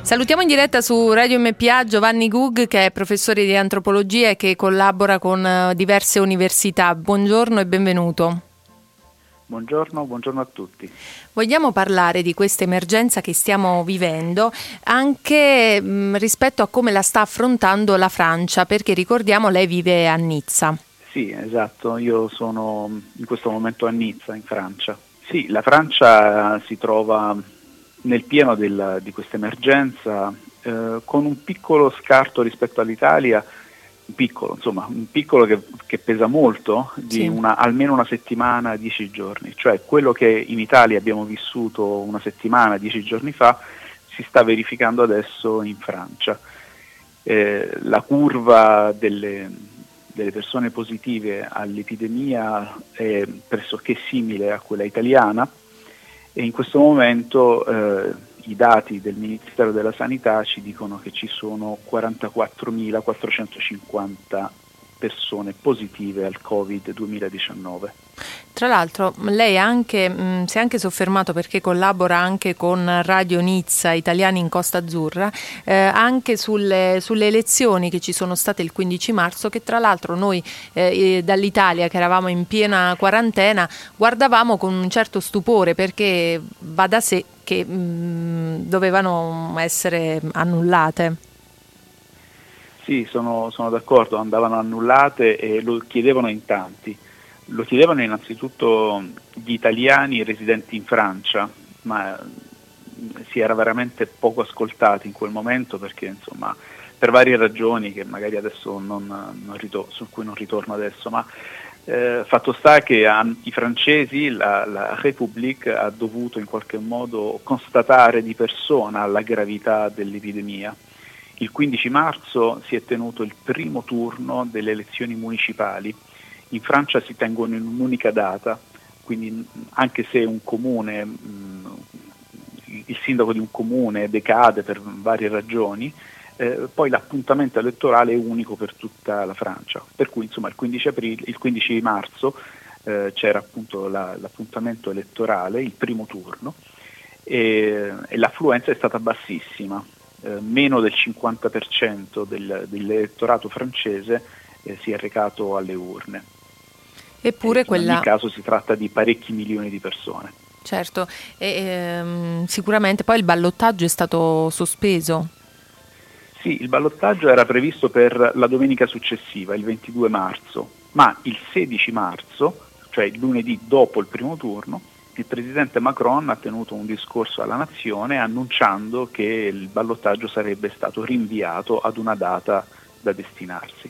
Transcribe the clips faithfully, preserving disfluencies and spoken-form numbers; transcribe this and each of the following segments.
Salutiamo in diretta su Radio M P A Giovanni Gug, che è professore di antropologia e che collabora con diverse università. Buongiorno e benvenuto. Buongiorno, buongiorno a tutti. Vogliamo parlare di questa emergenza che stiamo vivendo anche mh, rispetto a come la sta affrontando la Francia, perché ricordiamo lei vive a Nizza. Sì, esatto, io sono in questo momento a Nizza, in Francia. Sì, la Francia si trova nel pieno del, di questa emergenza eh, con un piccolo scarto rispetto all'Italia, un piccolo, insomma, un piccolo che, che pesa molto, di Sì. una, almeno una settimana, dieci giorni, cioè quello che in Italia abbiamo vissuto una settimana, dieci giorni fa, si sta verificando adesso in Francia. Eh, la curva delle, delle persone positive all'epidemia è pressoché simile a quella italiana, e in questo momento eh, i dati del Ministero della Sanità ci dicono che ci sono quarantaquattromilaquattrocentocinquanta persone positive al Covid duemiladiciannove. Tra l'altro lei anche, mh, si è anche soffermato, perché collabora anche con Radio Nizza, Italiani in Costa Azzurra, eh, anche sulle, sulle elezioni che ci sono state il quindici marzo, che tra l'altro noi eh, dall'Italia, che eravamo in piena quarantena, guardavamo con un certo stupore, perché va da sé che mh, dovevano essere annullate. Sì, sono, sono d'accordo, andavano annullate e lo chiedevano in tanti. Lo chiedevano innanzitutto gli italiani residenti in Francia, ma si era veramente poco ascoltati in quel momento, perché insomma per varie ragioni che magari adesso non, non ritor- su cui non ritorno adesso, ma eh, fatto sta che a, i francesi, la, la République ha dovuto in qualche modo constatare di persona la gravità dell'epidemia. Il quindici marzo si è tenuto il primo turno delle elezioni municipali. In Francia si tengono in un'unica data, quindi anche se un comune, mh, il sindaco di un comune decade per varie ragioni, eh, poi l'appuntamento elettorale è unico per tutta la Francia. Per cui insomma il quindici aprile, il quindici marzo eh, c'era appunto la, l'appuntamento elettorale, il primo turno, e, e l'affluenza è stata bassissima, eh, meno del cinquanta per cento del, dell'elettorato francese eh, si è recato alle urne. Eppure in quella... ogni caso si tratta di parecchi milioni di persone. Certo, e ehm, sicuramente poi il ballottaggio è stato sospeso. Sì, il ballottaggio era previsto per la domenica successiva, il ventidue marzo, ma il sedici marzo, cioè il lunedì dopo il primo turno, il presidente Macron ha tenuto un discorso alla nazione annunciando che il ballottaggio sarebbe stato rinviato ad una data da destinarsi.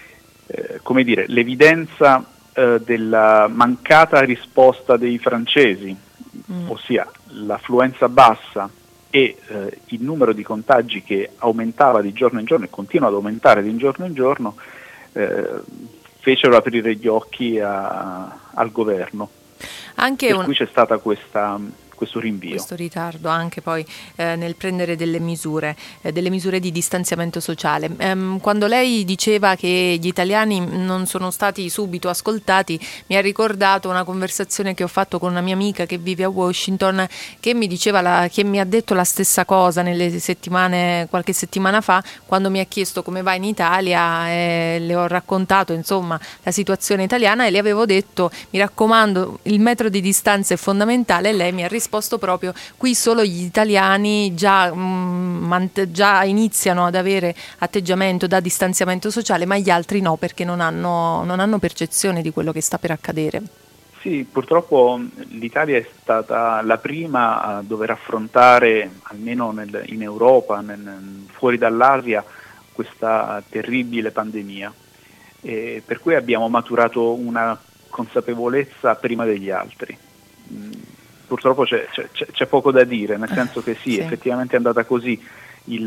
Eh, come dire, l'evidenza eh, della mancata risposta dei francesi, mm. ossia l'affluenza bassa e eh, il numero di contagi che aumentava di giorno in giorno e continua ad aumentare di giorno in giorno, eh, fecero aprire gli occhi a, al governo. Anche per un... cui c'è stata questa, questo rinvio. Questo ritardo anche poi eh, nel prendere delle misure, eh, delle misure di distanziamento sociale. Ehm, quando lei diceva che gli italiani non sono stati subito ascoltati, mi ha ricordato una conversazione che ho fatto con una mia amica che vive a Washington, che mi diceva la, che mi ha detto la stessa cosa nelle settimane, qualche settimana fa, quando mi ha chiesto come va in Italia, e le ho raccontato insomma la situazione italiana e le avevo detto: mi raccomando, il metro di distanza è fondamentale, e lei mi ha risposto proprio: qui solo gli italiani già, mh, già iniziano ad avere atteggiamento da distanziamento sociale, ma gli altri no, perché non hanno, non hanno percezione di quello che sta per accadere. Sì, purtroppo l'Italia è stata la prima a dover affrontare, almeno nel, in Europa, nel, fuori dall'Asia, questa terribile pandemia, e per cui abbiamo maturato una consapevolezza prima degli altri. Purtroppo c'è, c'è, c'è poco da dire, nel senso che sì, sì, effettivamente è andata così, il,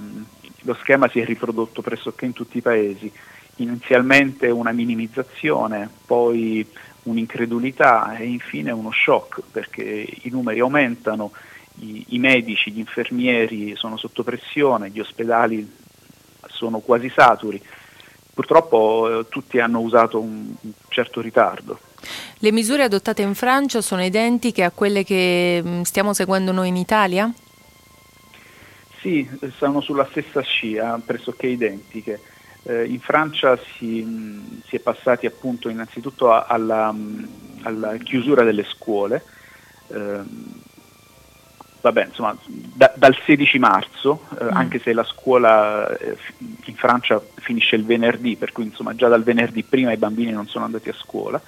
lo schema si è riprodotto pressoché in tutti i paesi, inizialmente una minimizzazione, poi un'incredulità e infine uno shock, perché i numeri aumentano, i, i medici, gli infermieri sono sotto pressione, gli ospedali sono quasi saturi. Purtroppo eh, tutti hanno usato un, un certo ritardo. Le misure adottate in Francia sono identiche a quelle che stiamo seguendo noi in Italia? Sì, stanno sulla stessa scia, pressoché identiche. Eh, in Francia si, mh, si è passati appunto innanzitutto a, alla, mh, alla chiusura delle scuole, eh, vabbè, insomma, da, dal sedici marzo, eh, mm. anche se la scuola eh, in Francia finisce il venerdì, per cui insomma già dal venerdì prima i bambini non sono andati a scuola,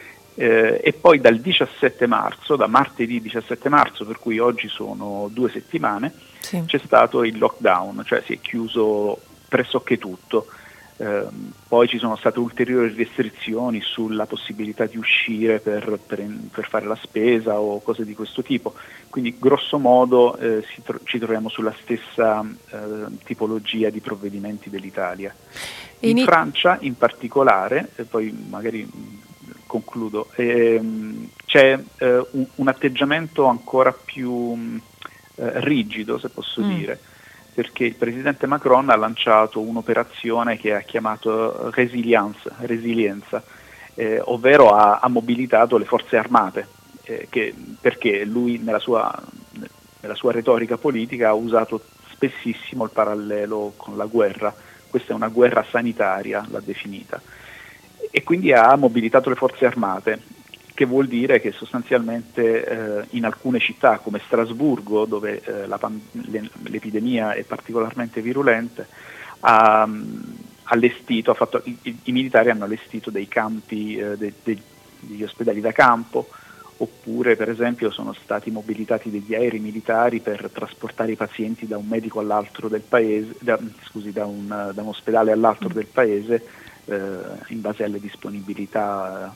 eh, e poi dal diciassette marzo, da martedì diciassette marzo, per cui oggi sono due settimane, sì. c'è stato il lockdown, cioè si è chiuso pressoché tutto. Eh, poi ci sono state ulteriori restrizioni sulla possibilità di uscire per, per, per fare la spesa o cose di questo tipo, quindi grosso modo eh, si tro- ci troviamo sulla stessa eh, tipologia di provvedimenti dell'Italia. In, in Francia in particolare, e poi magari concludo, ehm, c'è eh, un, un atteggiamento ancora più eh, rigido, se posso mm. dire, perché il presidente Macron ha lanciato un'operazione che ha chiamato Resilience, resilienza, eh, ovvero ha, ha mobilitato le forze armate, eh, che, perché lui nella sua, nella sua retorica politica ha usato spessissimo il parallelo con la guerra. Questa è una guerra sanitaria, l'ha definita, e quindi ha mobilitato le forze armate, che vuol dire che sostanzialmente eh, in alcune città come Strasburgo, dove eh, la pan- l'epidemia è particolarmente virulente, ha um, allestito, ha fatto, i, i militari hanno allestito dei campi, eh, de- de- degli ospedali da campo, oppure per esempio sono stati mobilitati degli aerei militari per trasportare i pazienti da un medico all'altro del paese, da, scusi, da un, da un ospedale all'altro del paese, eh, in base alle disponibilità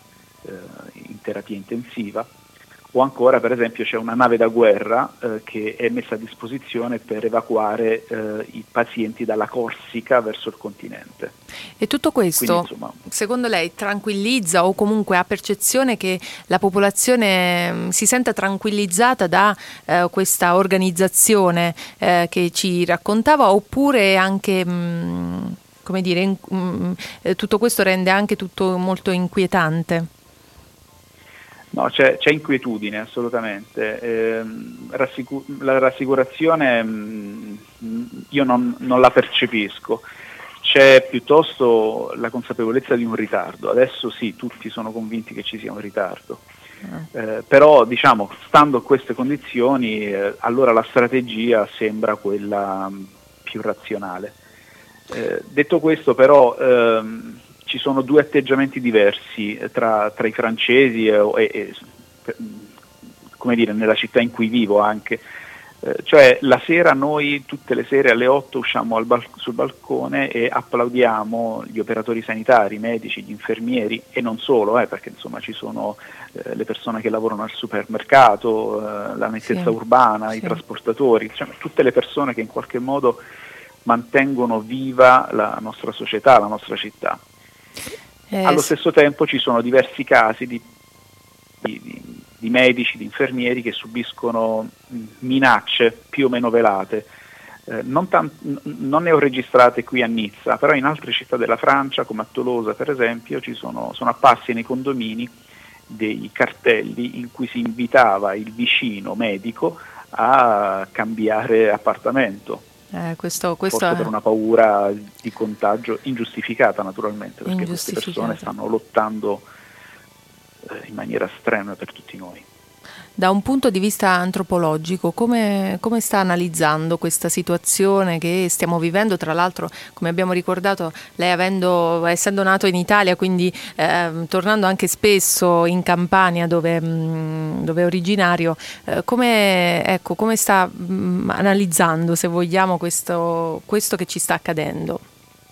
in terapia intensiva, o ancora per esempio c'è una nave da guerra eh, che è messa a disposizione per evacuare eh, i pazienti dalla Corsica verso il continente. E tutto questo, quindi, insomma, secondo lei tranquillizza o comunque ha percezione che la popolazione mh, si senta tranquillizzata da eh, questa organizzazione eh, che ci raccontava, oppure anche mh, come dire, in, mh, tutto questo rende anche tutto molto inquietante? No, c'è, c'è inquietudine assolutamente. Eh, rassicur- la rassicurazione mh, io non, non la percepisco, c'è piuttosto la consapevolezza di un ritardo. Adesso sì, tutti sono convinti che ci sia un ritardo, eh, però diciamo, stando a queste condizioni, eh, allora la strategia sembra quella mh, più razionale. Eh, detto questo però, ehm, ci sono due atteggiamenti diversi tra, tra i francesi e, e, e come dire, nella città in cui vivo anche, eh, cioè la sera noi tutte le sere alle otto usciamo al bal- sul balcone e applaudiamo gli operatori sanitari, i medici, gli infermieri, e non solo, eh, perché insomma ci sono eh, le persone che lavorano al supermercato, eh, la nettezza sì, urbana, sì. i trasportatori, cioè, tutte le persone che in qualche modo mantengono viva la nostra società, la nostra città. Eh, Allo stesso tempo ci sono diversi casi di, di, di medici, di infermieri che subiscono minacce più o meno velate. Eh, non, tan- non ne ho registrate qui a Nizza, però in altre città della Francia, come a Tolosa per esempio, ci sono, sono apparsi nei condomini dei cartelli in cui si invitava il vicino medico a cambiare appartamento. Eh, questo, questo forse è... per una paura di contagio ingiustificata, naturalmente, perché queste persone stanno lottando eh, in maniera strenua per tutti noi. Da un punto di vista antropologico, come, come sta analizzando questa situazione che stiamo vivendo? Tra l'altro, come abbiamo ricordato, lei avendo, essendo nato in Italia, quindi eh, tornando anche spesso in Campania dove, mh, dove è originario, eh, come, ecco, come sta mh, analizzando, se vogliamo, questo, questo che ci sta accadendo?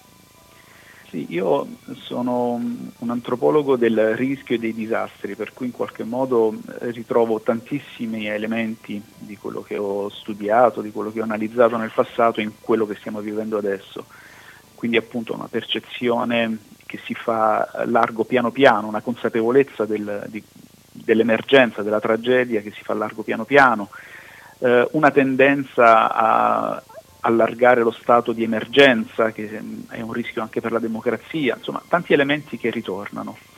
Sì, io sono un antropologo del rischio e dei disastri, per cui in qualche modo ritrovo tantissimi elementi di quello che ho studiato, di quello che ho analizzato nel passato in quello che stiamo vivendo adesso. Quindi appunto una percezione che si fa largo piano piano, una consapevolezza del, di, dell'emergenza, della tragedia che si fa largo piano piano, eh, una tendenza a allargare lo stato di emergenza, che è un rischio anche per la democrazia, insomma tanti elementi che ritornano.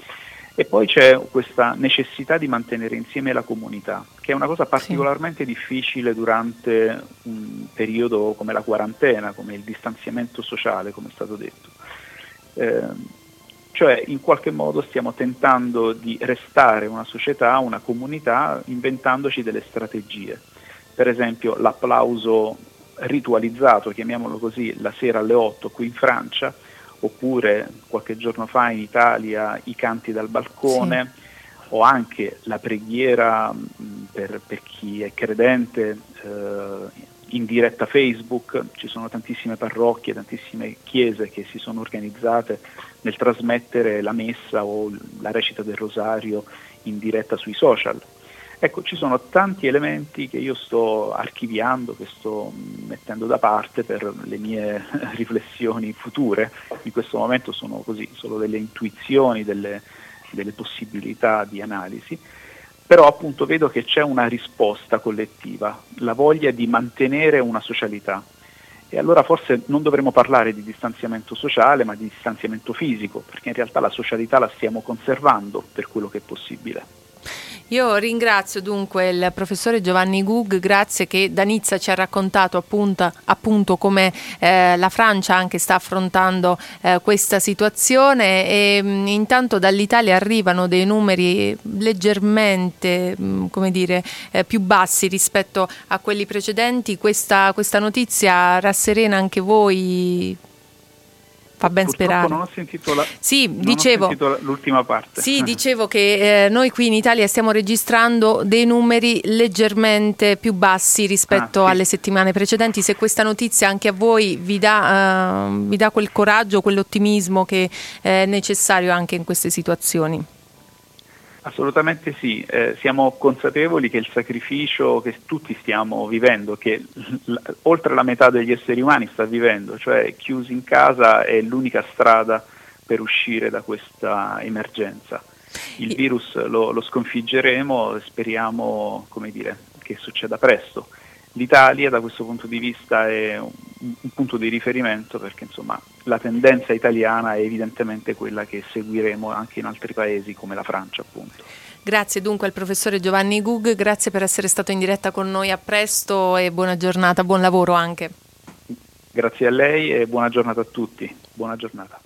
E poi c'è questa necessità di mantenere insieme la comunità, che è una cosa particolarmente sì. difficile durante un periodo come la quarantena, come il distanziamento sociale, come è stato detto. Eh, cioè in qualche modo stiamo tentando di restare una società, una comunità, inventandoci delle strategie. Per esempio l'applauso ritualizzato, chiamiamolo così, la sera alle otto qui in Francia, oppure qualche giorno fa in Italia i canti dal balcone, sì. o anche la preghiera per, per chi è credente eh, in diretta Facebook. Ci sono tantissime parrocchie, tantissime chiese che si sono organizzate nel trasmettere la messa o la recita del rosario in diretta sui social. Ecco, ci sono tanti elementi che io sto archiviando, che sto mettendo da parte per le mie riflessioni future. In questo momento sono così, solo delle intuizioni, delle, delle possibilità di analisi, però appunto vedo che c'è una risposta collettiva, la voglia di mantenere una socialità. E allora forse non dovremmo parlare di distanziamento sociale, ma di distanziamento fisico, perché in realtà la socialità la stiamo conservando per quello che è possibile. Io ringrazio dunque il professore Giovanni Gug, grazie, che da Nizza ci ha raccontato appunto, appunto come eh, la Francia anche sta affrontando eh, questa situazione, e mh, intanto dall'Italia arrivano dei numeri leggermente mh, come dire, eh, più bassi rispetto a quelli precedenti. Questa, questa notizia rasserena anche voi? Fa ben Purtroppo sperare. Non ho sentito, la, sì, non dicevo, ho sentito l'ultima parte. Sì, dicevo che eh, noi qui in Italia stiamo registrando dei numeri leggermente più bassi rispetto ah, sì. alle settimane precedenti. Se questa notizia anche a voi vi dà, uh, vi dà quel coraggio, quell'ottimismo che è necessario anche in queste situazioni. Assolutamente sì, eh, siamo consapevoli che il sacrificio che tutti stiamo vivendo, che l- oltre la metà degli esseri umani sta vivendo, cioè chiusi in casa, è l'unica strada per uscire da questa emergenza. Il virus lo, lo sconfiggeremo, speriamo, come dire, che succeda presto. L'Italia da questo punto di vista è un, un punto di riferimento, perché insomma la tendenza italiana è evidentemente quella che seguiremo anche in altri paesi come la Francia, appunto. Grazie dunque al professore Giovanni Gug, grazie per essere stato in diretta con noi, a presto e buona giornata, buon lavoro anche. Grazie a lei e buona giornata a tutti, buona giornata.